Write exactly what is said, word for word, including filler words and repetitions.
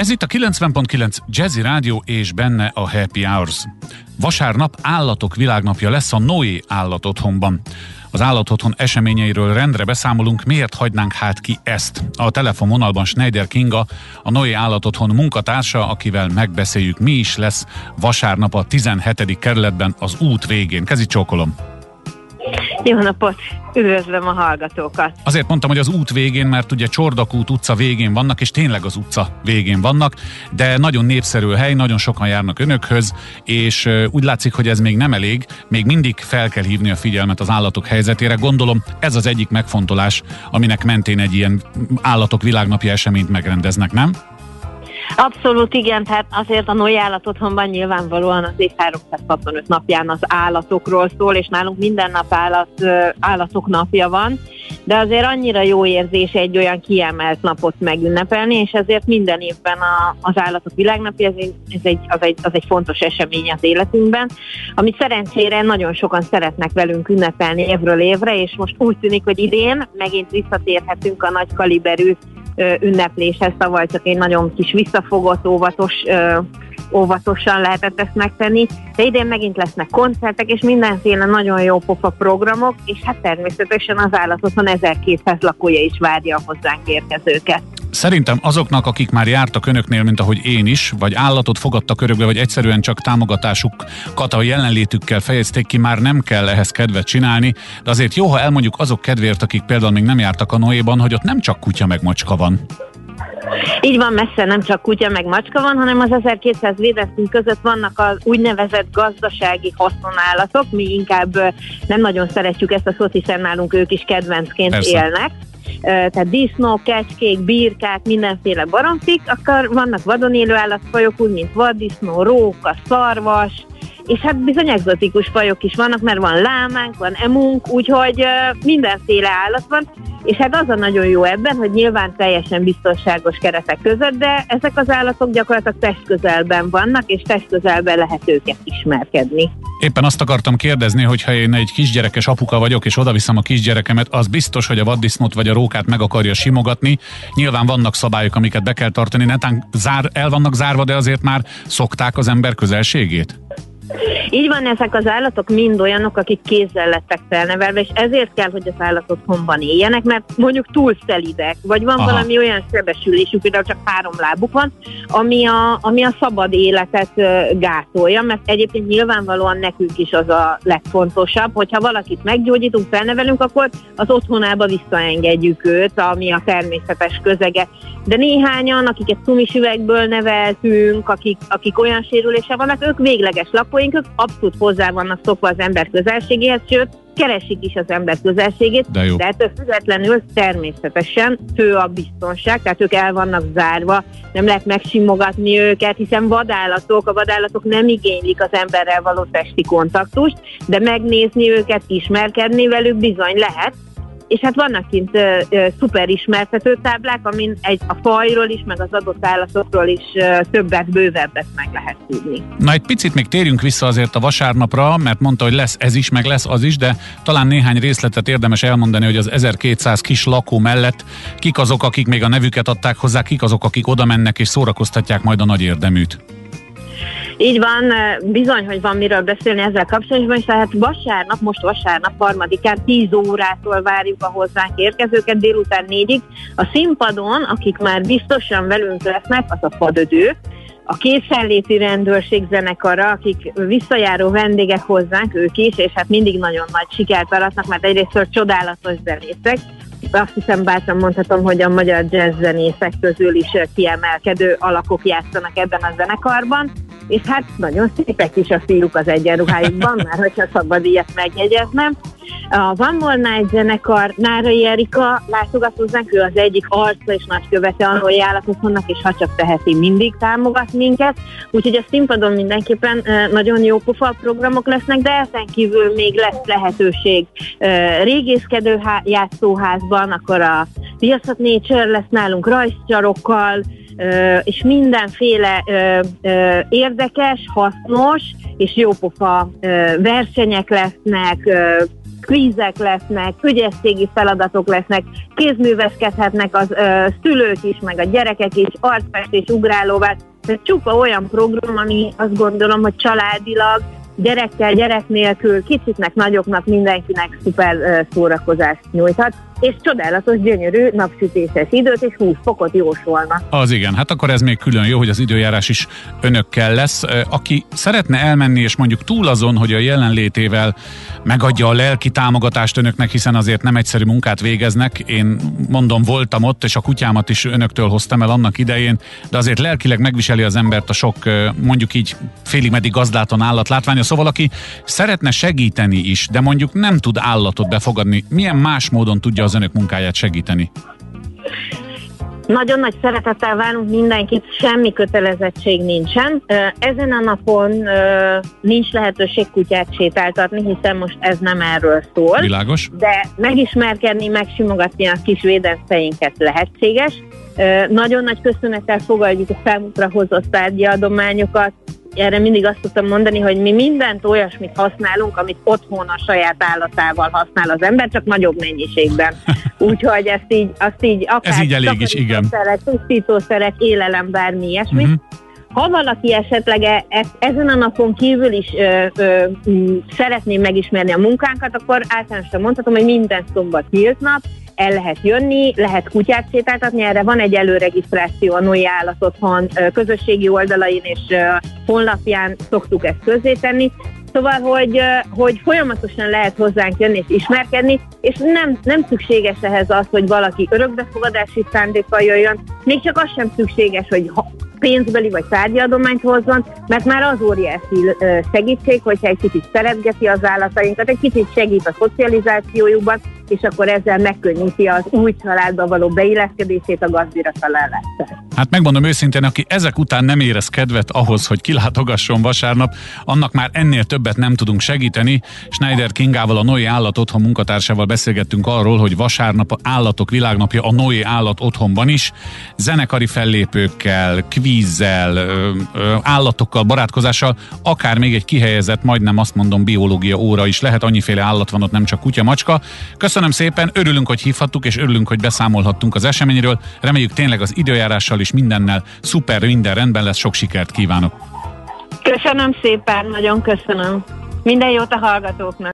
Ez itt a kilencven pont kilenc Jazzy Rádió és benne a Happy Hours. Vasárnap Állatok Világnapja lesz a Noé Állatotthonban. Az Állatotthon eseményeiről rendre beszámolunk, miért hagynánk hát ki ezt. A telefonvonalban Schneider Kinga, a Noé Állatotthon munkatársa, akivel megbeszéljük, mi is lesz vasárnap a tizenhetedik kerületben az út végén. Kezi csókolom! Jó napot! Üdvözlöm a hallgatókat! Azért mondtam, hogy az út végén, mert ugye Csordakút utca végén vannak, és tényleg az utca végén vannak, de nagyon népszerű hely, nagyon sokan járnak önökhöz, és úgy látszik, hogy ez még nem elég, még mindig fel kell hívni a figyelmet az állatok helyzetére. Gondolom ez az egyik megfontolás, aminek mentén egy ilyen Állatok Világnapja eseményt megrendeznek, nem? Abszolút igen, tehát azért a Noé Állatotthonban nyilvánvalóan az év háromszázhatvanöt napján az állatokról szól, és nálunk minden nap állat, állatok napja van, de azért annyira jó érzés egy olyan kiemelt napot megünnepelni, és ezért minden évben a, az Állatok Világnapja ez egy, ez egy, az, egy, az egy fontos esemény az életünkben, amit szerencsére nagyon sokan szeretnek velünk ünnepelni évről évre, és most úgy tűnik, hogy idén megint visszatérhetünk a nagy kaliberű ünnepléshez, tavaly csak egy nagyon kis visszafogott, óvatos, ö, óvatosan lehetett ezt megtenni, de idén megint lesznek koncertek, és mindenféle nagyon jó pofa programok, és hát természetesen az Állatotthon ezerkétszáz lakója is várja a hozzánk érkezőket. Szerintem azoknak, akik már jártak önöknél, mint ahogy én is, vagy állatot fogadtak örökbe, vagy egyszerűen csak támogatásukat a jelenlétükkel fejezték ki, már nem kell ehhez kedvet csinálni, de azért jó, ha elmondjuk azok kedvéért, akik például még nem jártak a Noéban, hogy ott nem csak kutya meg macska van. Így van, messze nem csak kutya meg macska van, hanem az ezerkétszáz védeszünk között vannak az úgynevezett gazdasági haszonállatok, mi inkább nem nagyon szeretjük ezt a szót, hiszen nálunk ők is kedvencként Persze. élnek. Tehát disznók, kecskék, birkák, mindenféle baromfik, akkor vannak vadon élő állatfajok, úgy mint vaddisznó, róka, szarvas, és hát bizony egzotikus fajok is vannak, mert van lámánk, van emunk, úgyhogy uh, mindenféle állat van, és hát az a nagyon jó ebben, hogy nyilván teljesen biztonságos keretek között, de ezek az állatok gyakorlatilag testközelben vannak, és testközelben lehet őket ismerkedni. Éppen azt akartam kérdezni, hogy ha én egy kisgyerekes apuka vagyok, és odaviszem a kisgyerekemet, az biztos, hogy a vaddisznót vagy a rókát meg akarja simogatni. Nyilván vannak szabályok, amiket be kell tartani, netán zár, el vannak zárva, de azért már szokták az ember közelségét? Így van, ezek az állatok mind olyanok, akik kézzel lettek felnevelve, és ezért kell, hogy az állatotthonban éljenek, mert mondjuk túl szelidek, vagy van Aha. valami olyan sebesülésük, például csak három lábuk van, ami a, ami a szabad életet uh, gátolja, mert egyébként nyilvánvalóan nekünk is az a legfontosabb, hogyha valakit meggyógyítunk, felnevelünk, akkor az otthonába visszaengedjük őt, ami a természetes közege. De néhányan, akiket cumis üvegből neveltünk, akik, akik olyan sérülése vannak, ők végleges lakóink, ők abszolút hozzá vannak szokva az ember közelségéhez, sőt, keresik is az ember közelségét, de, de ettől függetlenül természetesen fő a biztonság, tehát ők el vannak zárva, nem lehet megsimogatni őket, hiszen vadállatok, a vadállatok nem igénylik az emberrel való testi kontaktust, de megnézni őket, ismerkedni velük bizony lehet. És hát vannak kint ö, ö, szuper ismertető táblák, amin egy, a fajról is, meg az adott állatokról is ö, többet, bővebbet meg lehet tudni. Na, egy picit még térjünk vissza azért a vasárnapra, mert mondta, hogy lesz ez is, meg lesz az is, de talán néhány részletet érdemes elmondani, hogy az ezerkétszáz kis lakó mellett kik azok, akik még a nevüket adták hozzá, kik azok, akik oda mennek és szórakoztatják majd a nagy érdeműt. Így van, bizony, hogy van miről beszélni ezzel kapcsolatban, és tehát vasárnap, most vasárnap harmadikán tíz órától várjuk a hozzánk érkezőket, délután négyig. A színpadon, akik már biztosan velünk lesznek, az a Fadödő, a Készenléti Rendőrség zenekara, akik visszajáró vendégek hozzánk, ők is, és hát mindig nagyon nagy sikert aratnak, mert egyrészt csodálatos zenészek. Azt hiszem, bátran mondhatom, hogy a magyar jazz zenészek közül is kiemelkedő alakok játszanak ebben a zenekarban, és hát nagyon szépek is a fiúk az egyenruhájukban, már hogyha szabad ilyet megjegyeznem. A One More Night zenekar, Nárai Erika látogat hozzánk, ő az egyik arca és nagykövete a Noé Állatotthonnak, és ha csak teheti, mindig támogat minket. Úgyhogy a színpadon mindenképpen nagyon jó pofa programok lesznek, de ezen kívül még lesz lehetőség régészkedő játszóházban, akkor a Viaszat Nature lesz nálunk rajzcsarokkal, és mindenféle érdekes, hasznos és jópofa versenyek lesznek, kvízek lesznek, ügyességi feladatok lesznek, kézműveskedhetnek az ö, szülők is, meg a gyerekek is, arcfestés, ugrálóvá. Ez csupa olyan program, ami azt gondolom, hogy családilag, gyerekkel, gyerek nélkül, kicsiknek, nagyoknak, mindenkinek szuper ö, szórakozást nyújthat, és csodálatos, gyönyörű, napsütéses időt, és húsz fokot jósolnak. Az igen, hát akkor ez még külön jó, hogy az időjárás is önökkel lesz. Aki szeretne elmenni, és mondjuk túl azon, hogy a jelenlétével megadja a lelki támogatást önöknek, hiszen azért nem egyszerű munkát végeznek. Én mondom, voltam ott, és a kutyámat is önöktől hoztam el annak idején, de azért lelkileg megviseli az embert a sok, mondjuk így félig meddig gazdátlan állatlátványa. Szóval aki szeretne segíteni is, de mondjuk nem tud állatot befogadni, milyen más módon tudja az önök munkáját segíteni? Nagyon nagy szeretettel várunk mindenkit, semmi kötelezettség nincsen. Ezen a napon nincs lehetőség kutyát sétáltatni, hiszen most ez nem erről szól. Világos. De megismerkedni, megsimogatni a kis védenceinket lehetséges. Nagyon nagy köszönettel fogadjuk a számukra hozott tárgyi adományokat. Erre mindig azt szoktam mondani, hogy mi mindent olyasmit használunk, amit otthon a saját állatával használ az ember, csak nagyobb mennyiségben. Úgyhogy ezt így, azt így akár ez így elég is, igen. tisztítószerek, élelem, bármi ilyesmi. Uh-huh. Ha valaki esetleg e, e, ezen a napon kívül is ö, ö, m, szeretné megismerni a munkánkat, akkor általánosan mondhatom, hogy minden szombat nyílt nap, el lehet jönni, lehet kutyát sétáltatni, erre van egy előregisztráció a Noé Állatotthon közösségi oldalain és honlapján szoktuk ezt közzétenni. Szóval, hogy, hogy folyamatosan lehet hozzánk jönni és ismerkedni, és nem, nem szükséges ehhez az, hogy valaki örökbefogadási szándékkal jöjjön, még csak az sem szükséges, hogy pénzbeli vagy tárgyi adományt hozzon, mert már az óriási segítség, hogyha egy kicsit szeretgeti az állatainkat, egy kicsit segít a szocializációjukban, és akkor ezzel megkönnyíti az új családba való beilleszkedését, a gazdira találását. Hát megmondom őszintén, aki ezek után nem érez kedvet ahhoz, hogy kilátogasson vasárnap, annak már ennél többet nem tudunk segíteni. Schneider Kingával, a Noé Állatotthon munkatársával beszélgettünk arról, hogy vasárnap a Állatok Világnapja a Noé Állatotthonban is, zenekari fellépőkkel, kvízzel, állatokkal, barátkozással, akár még egy kihelyezett, majdnem azt mondom, biológia óra is lehet, annyiféle állat van ott, nem csak kutya, macska. Köszönöm szépen, örülünk, hogy hívhattuk, és örülünk, hogy beszámolhattunk az eseményről. Reméljük tényleg az időjárással is mindennel szuper, minden rendben lesz, sok sikert kívánok. Köszönöm szépen, nagyon köszönöm. Minden jót a hallgatóknak.